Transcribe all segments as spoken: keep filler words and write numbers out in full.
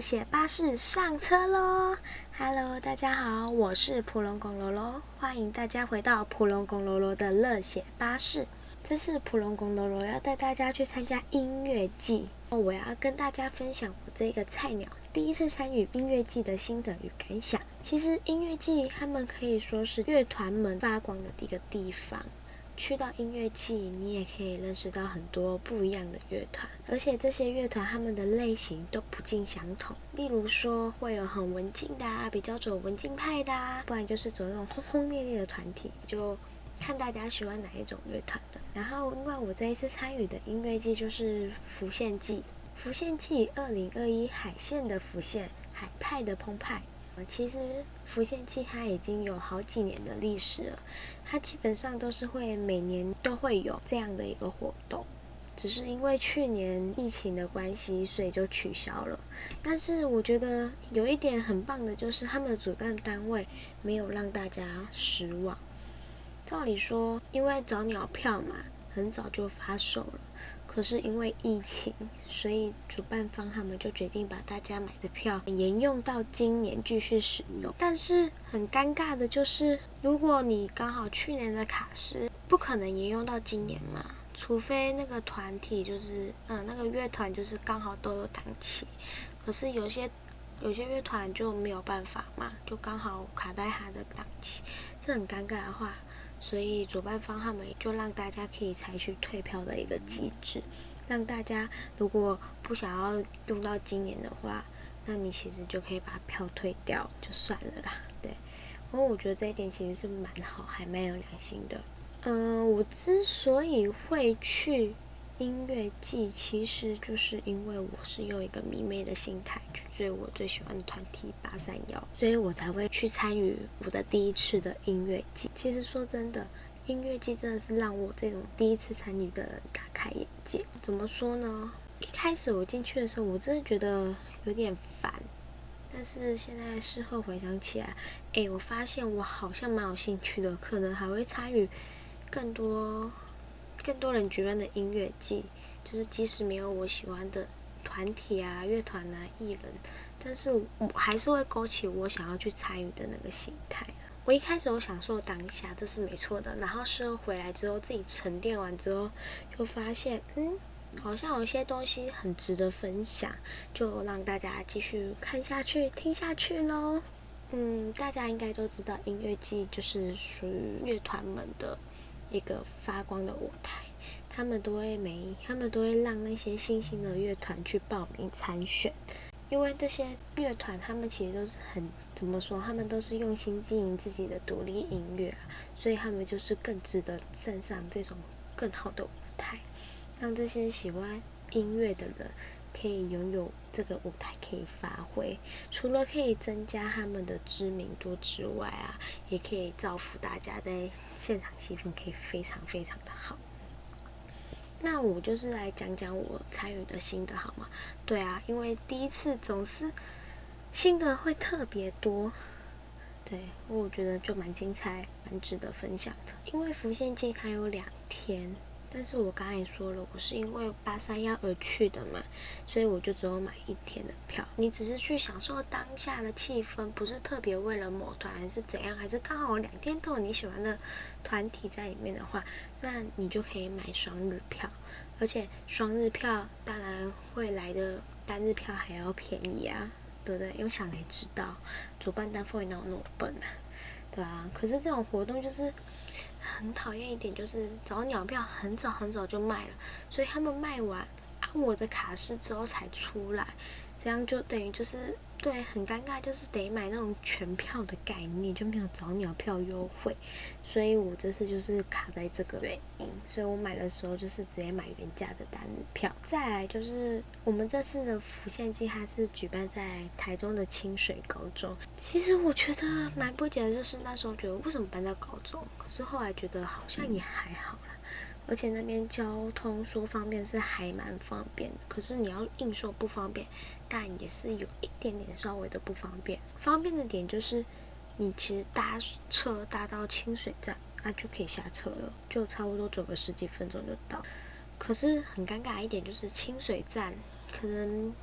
血巴士上车咯 Hello， 大家好，我是普隆贡罗罗，欢迎大家回到普隆贡罗罗的热血巴士。这次普隆贡罗罗要带大家去参加音乐季，我要跟大家分享我这个菜鸟第一次参与音乐季的心得与感想。其实音乐季他们可以说是乐团们发光的一个地方，去到音乐季你也可以认识到很多不一样的乐团，而且这些乐团他们的类型都不尽相同。例如说会有很文静的啊，比较走文静派的啊，不然就是走那种轰轰烈烈的团体，就看大家喜欢哪一种乐团的。然后因为我这一次参与的音乐季就是浮现季，浮现季二零二一海线的浮现，海派的澎湃。其实浮现季它已经有好几年的历史了，它基本上都是会每年都会有这样的一个活动，只是因为去年疫情的关系，所以就取消了。但是我觉得有一点很棒的就是他们的主办单位没有让大家失望。照理说因为早鸟票嘛，很早就发售了，可是因为疫情，所以主办方他们就决定把大家买的票沿用到今年继续使用。但是很尴尬的就是，如果你刚好去年的卡司，不可能沿用到今年嘛，除非那个团体就是嗯、呃、那个乐团就是刚好都有档期，可是有些有些乐团就没有办法嘛，就刚好卡在他的档期，这很尴尬的话，所以主办方他们就让大家可以采取退票的一个机制，让大家如果不想要用到今年的话，那你其实就可以把票退掉就算了啦。对，不过我觉得这一点其实是蛮好，还蛮有良心的。嗯、呃，我之所以会去音乐季，其实就是因为我是用一个迷妹的心态去追我最喜欢的团体八三夭，所以我才会去参与我的第一次的音乐季。其实说真的，音乐季真的是让我这种第一次参与的人大开眼界。怎么说呢？一开始我进去的时候，我真的觉得有点烦，但是现在事后回想起来，哎，我发现我好像蛮有兴趣的，可能还会参与更多更多人举办的音乐季，就是即使没有我喜欢的团体啊、乐团啊、艺人，但是我还是会勾起我想要去参与的那个心态。我一开始我享受当下，这是没错的，然后事后回来之后，自己沉淀完之后，就发现，嗯，好像有一些东西很值得分享，就让大家继续看下去、听下去咯。嗯，大家应该都知道，音乐季就是属于乐团们的一个发光的舞台，他们都会每他们都会让那些新兴的乐团去报名参选，因为这些乐团他们其实都是很怎么说，他们都是用心经营自己的独立音乐啊，所以他们就是更值得站上这种更好的舞台，让这些喜欢音乐的人可以拥有这个舞台可以发挥，除了可以增加他们的知名度之外啊，也可以造福大家，在现场气氛可以非常非常的好。那我就是来讲讲我参与的心得好吗？对啊，因为第一次总是心得会特别多，对，我觉得就蛮精彩，蛮值得分享的。因为浮现季它有两天，但是我刚才也说了，我是因为八三夭而去的嘛，所以我就只有买一天的票。你只是去享受当下的气氛，不是特别为了某团还是怎样，还是刚好两天都有你喜欢的团体在里面的话，那你就可以买双日票，而且双日票当然会来的单日票还要便宜啊，对不对？用想才知道，主办单位哪有那么笨啊？对啊，可是这种活动就是很讨厌一点，就是早鸟票很早很早就卖了，所以他们卖完啊，我的卡是之后才出来，这样就等于就是对很尴尬，就是得买那种全票的概念，就没有早鸟票优惠，所以我这次就是卡在这个原因，所以我买的时候就是直接买原价的单日票。再来就是我们这次的浮现季，它是举办在台中的清水高中。其实我觉得蛮不解的，就是那时候觉得为什么搬到高中，可是后来觉得好像也还好啦。而且那边交通说方便是还蛮方便的，可是你要硬说不方便，但也是有一点点稍微的不方便。方便的点就是你其实搭车搭到清水站啊就可以下车了，就差不多走个十几分钟就到。可是很尴尬一点就是清水站可能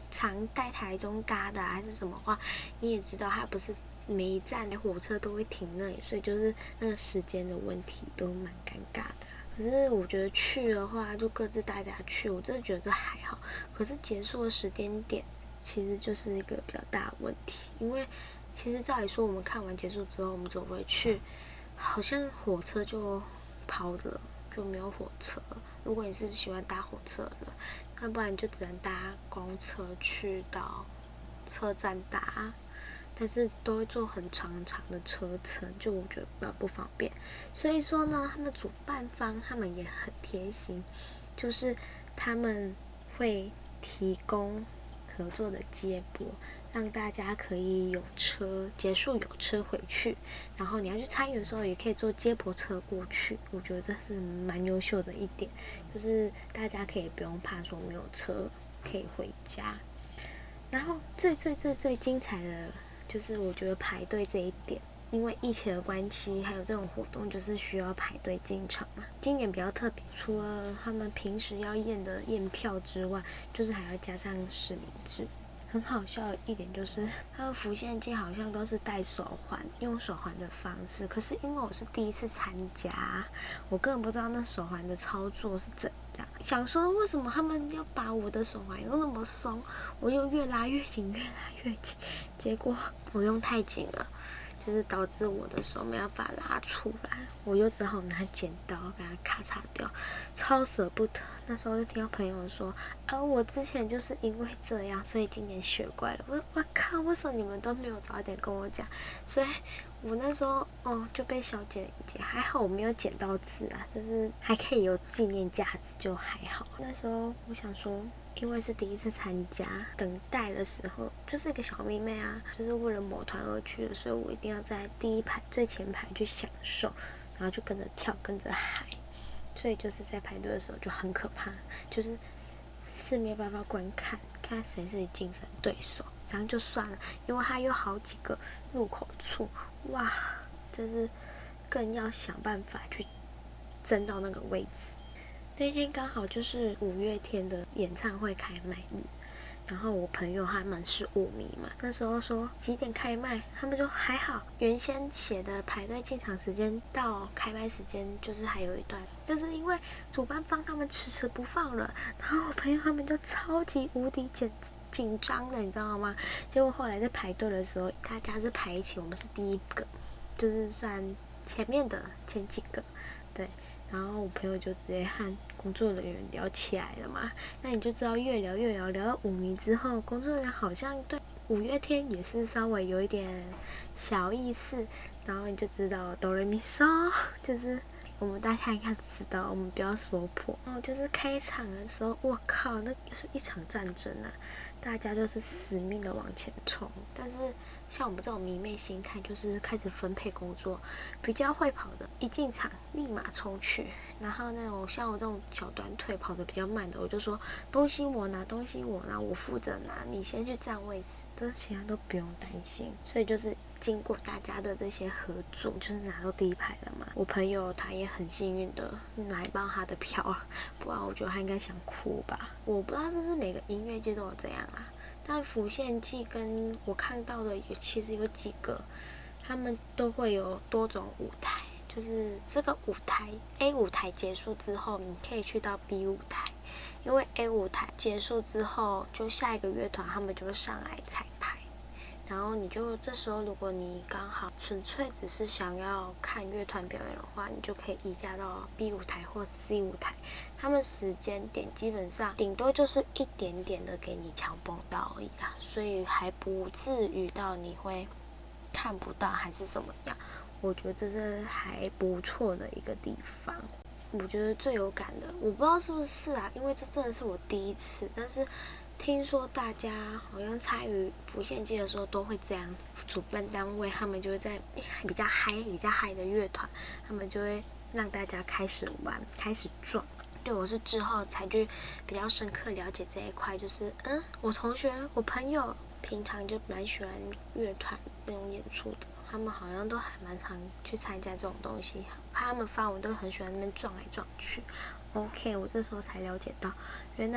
常带台中搭的、啊、还是什么话，你也知道它不是每一站的火车都会停那里，所以就是那个时间的问题都蛮尴尬的。可是我觉得去的话就各自大家去，我真的觉得还好。可是结束的时间点其实就是一个比较大的问题，因为其实照理说我们看完结束之后我们走回去，好像火车就跑了，就没有火车。如果你是喜欢搭火车的，要不然就只能搭公车去到车站搭，但是都会坐很长很长的车程，就我觉得比较不方便。所以说呢，他们主办方他们也很贴心，就是他们会提供合作的接驳，让大家可以有车结束有车回去，然后你要去参与的时候也可以坐接驳车过去。我觉得这是蛮优秀的一点，就是大家可以不用怕说没有车可以回家。然后最最最最精彩的就是我觉得排队这一点，因为疫情的关系，还有这种活动就是需要排队进场嘛。今年比较特别，除了他们平时要验的验票之外，就是还要加上实名制。很好笑的一点就是，他们浮现记好像都是戴手环，用手环的方式。可是因为我是第一次参加，我根本不知道那手环的操作是怎样。想说为什么他们要把我的手环用那么松，我又越拉越紧，越拉越紧，结果我用太紧了。就是导致我的手没办法拉出来，我又只好拿剪刀给它咔嚓掉，超舍不得。那时候就听到朋友说，啊，我之前就是因为这样，所以今年学乖了。我我靠，为什么你们都没有早点跟我讲？所以我那时候哦就被小剪一剪，还好我没有剪到字啊，但是还可以有纪念价值，就还好。那时候我想说，因为是第一次参加，等待的时候就是一个小妹妹啊，就是为了某团而去的，所以我一定要在第一排最前排去享受，然后就跟着跳跟着嗨，所以就是在排队的时候就很可怕，就是是没有办法观看看谁是你竞争对手，这样就算了，因为它有好几个入口处，哇，真是更要想办法去争到那个位置。那天刚好就是五月天的演唱会开卖日，然后我朋友他们是舞迷嘛，那时候说几点开卖，他们就还好，原先写的排队进场时间到开卖时间就是还有一段，但是因为主办方他们迟迟不放了，然后我朋友他们就超级无敌紧紧张的，你知道吗？结果后来在排队的时候，大家是排一起，我们是第一个，就是算前面的前几个，对。然后我朋友就直接和工作人员聊起来了嘛，那你就知道越聊越聊，聊到舞迷之后，工作人员好像对五月天也是稍微有一点小意思，然后你就知道哆来咪嗦，就是我们大家应该知道，我们不要说破。然后就是开场的时候，我靠，那就是一场战争啊！大家就是死命的往前冲，但是像我们这种迷妹心态，就是开始分配工作，比较会跑的，一进场立马冲去，然后那种像我这种小短腿跑得比较慢的，我就说东西我拿，东西我拿，我负责拿，你先去占位置，但是其他都不用担心。所以就是经过大家的这些合作，就是拿到第一排了嘛。我朋友他也很幸运的买到他的票，不然我觉得他应该想哭吧。我不知道这是每个音乐界都有这样啊，但浮现记跟我看到的有其实有几个，他们都会有多种舞台，就是这个舞台 A 舞台结束之后，你可以去到 B 舞台，因为 A 舞台结束之后，就下一个乐团他们就会上来彩排。然后你就这时候，如果你刚好纯粹只是想要看乐团表演的话，你就可以移驾到 B 舞台或 C 舞台。他们时间点基本上顶多就是一点点的给你强蹦到而已啦，所以还不至于到你会看不到还是怎么样。我觉得这是还不错的一个地方。我觉得最有感的，我不知道是不是啊，因为这真的是我第一次，但是听说大家好像参与浮现记的时候都会这样子，主办单位他们就会在比较嗨、比较嗨的乐团，他们就会让大家开始玩、开始撞。对，我是之后才去比较深刻了解这一块，就是嗯，我同学、我朋友平常就蛮喜欢乐团那种演出的，他们好像都还蛮常去参加这种东西，看他们发文都很喜欢那边撞来撞去。OK， 我这时候才了解到，原来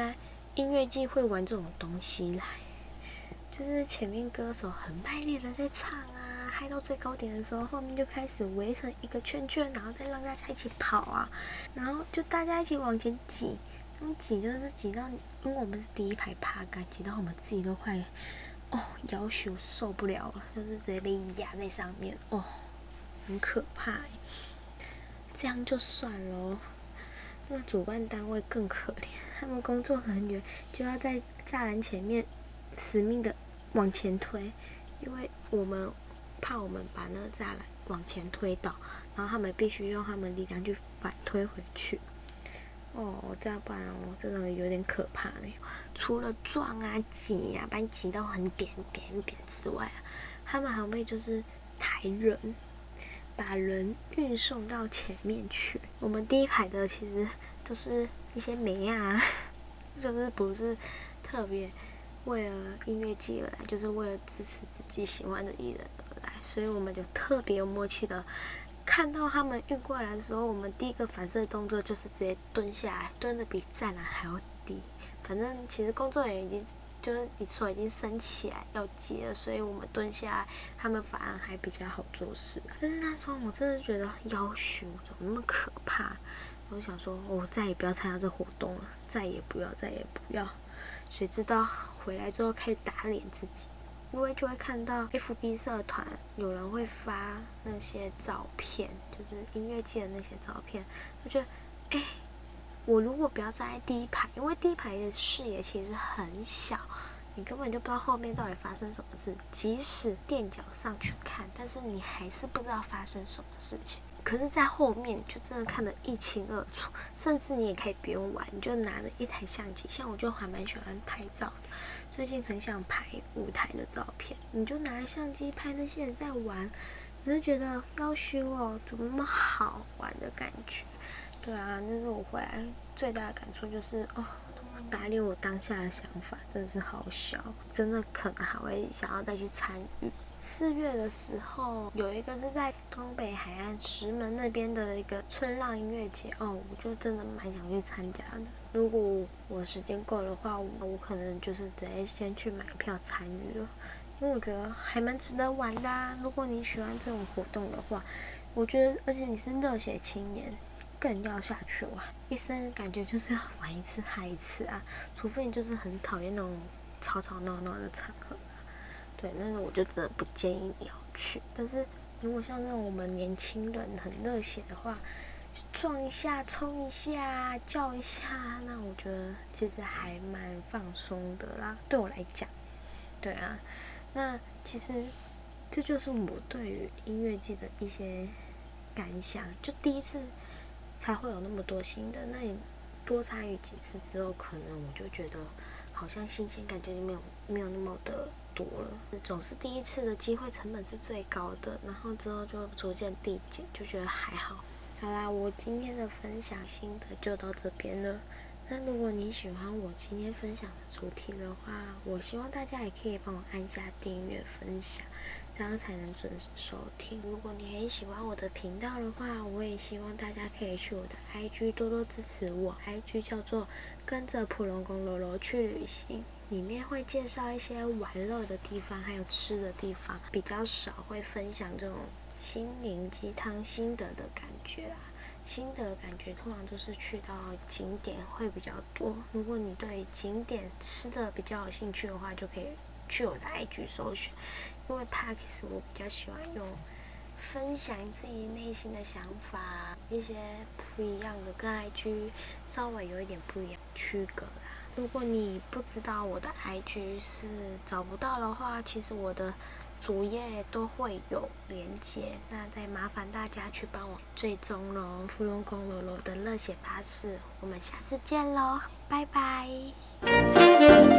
音乐季会玩这种东西来，就是前面歌手很卖力的在唱啊，嗨到最高点的时候，后面就开始围成一个圈圈，然后再让大家一起跑啊，然后就大家一起往前挤，他们挤就是挤到，因为我们是第一排趴杆，挤到我们自己都快哦腰手受不了了，就是直接被压在上面哦，很可怕欸。这样就算了，那主办单位更可怜，他们工作人员就要在栅栏前面死命的往前推，因为我们怕我们把那个栅栏往前推倒，然后他们必须用他们力量去反推回去。哦，这样不然哦，真的有点可怕呢。除了撞啊、挤啊，把你挤到很扁扁扁之外啊，他们还会就是抬人，把人运送到前面去。我们第一排的其实都是一些妹啊，就是不是特别为了音乐季而来，就是为了支持自己喜欢的艺人而来，所以我们就特别有默契的。看到他们运过来的时候，我们第一个反射动作就是直接蹲下来，蹲的比站栏还要低。反正其实工作人员已经就是手已经伸起来要接了，所以我们蹲下来，他们反而还比较好做事。但是那时候我真的觉得要求怎么那么可怕，我想说，我再也不要参加这活动了，再也不要，再也不要。谁知道回来之后开始打脸自己。因为就会看到 F B 社团有人会发那些照片，就是音乐季的那些照片，我觉得，哎、欸，我如果不要站在第一排，因为第一排的视野其实很小，你根本就不知道后面到底发生什么事。即使垫脚上去看，但是你还是不知道发生什么事情。可是，在后面就真的看得一清二楚，甚至你也可以不用玩，你就拿着一台相机，像我就还蛮喜欢拍照的，最近很想拍舞台的照片，你就拿着相机拍那些人在玩，你就觉得要羞哦，怎么那么好玩的感觉？对啊，那是我回来最大的感触，就是哦，打脸我当下的想法真的是好小，真的可能还会想要再去参与。四月的时候，有一个是在东北海岸石门那边的一个春浪音乐节哦，我就真的蛮想去参加的。如果我时间够的话，我我可能就是直接先去买票参与了，因为我觉得还蛮值得玩的啊。如果你喜欢这种活动的话，我觉得，而且你是热血青年，更要下去玩。一生感觉就是要玩一次嗨一次啊，除非你就是很讨厌那种吵吵闹闹的场合。对，那个我就真的不建议你要去。但是如果像那种我们年轻人很热血的话，撞一下、冲一下、叫一下，那我觉得其实还蛮放松的啦。对我来讲，对啊，那其实这就是我对于音乐季的一些感想。就第一次才会有那么多新的，那你多参与几次之后，可能我就觉得好像新鲜感觉就没有没有那么的多了。总是第一次的机会成本是最高的，然后之后就逐渐递减，就觉得还好。好啦，我今天的分享心得就到这边了。那如果你喜欢我今天分享的主题的话，我希望大家也可以帮我按下订阅、分享，这样才能准时收听。如果你很喜欢我的频道的话，我也希望大家可以去我的 I G 多多支持我。I G 叫做跟着普龙宫罗罗去旅行，里面会介绍一些玩乐的地方，还有吃的地方，比较少会分享这种心灵鸡汤心得的感觉啦。心得感觉通常都是去到景点会比较多。如果你对景点吃的比较有兴趣的话，就可以去我的 I G 搜寻。因为 Podcast 我比较喜欢用分享自己内心的想法，一些不一样的，跟 I G 稍微有一点不一样区隔啦。如果你不知道我的 I G 是找不到的话，其实我的主页都会有连结，那再麻烦大家去帮我追踪咯。普龙宫罗罗的热血巴士，我们下次见咯，拜拜。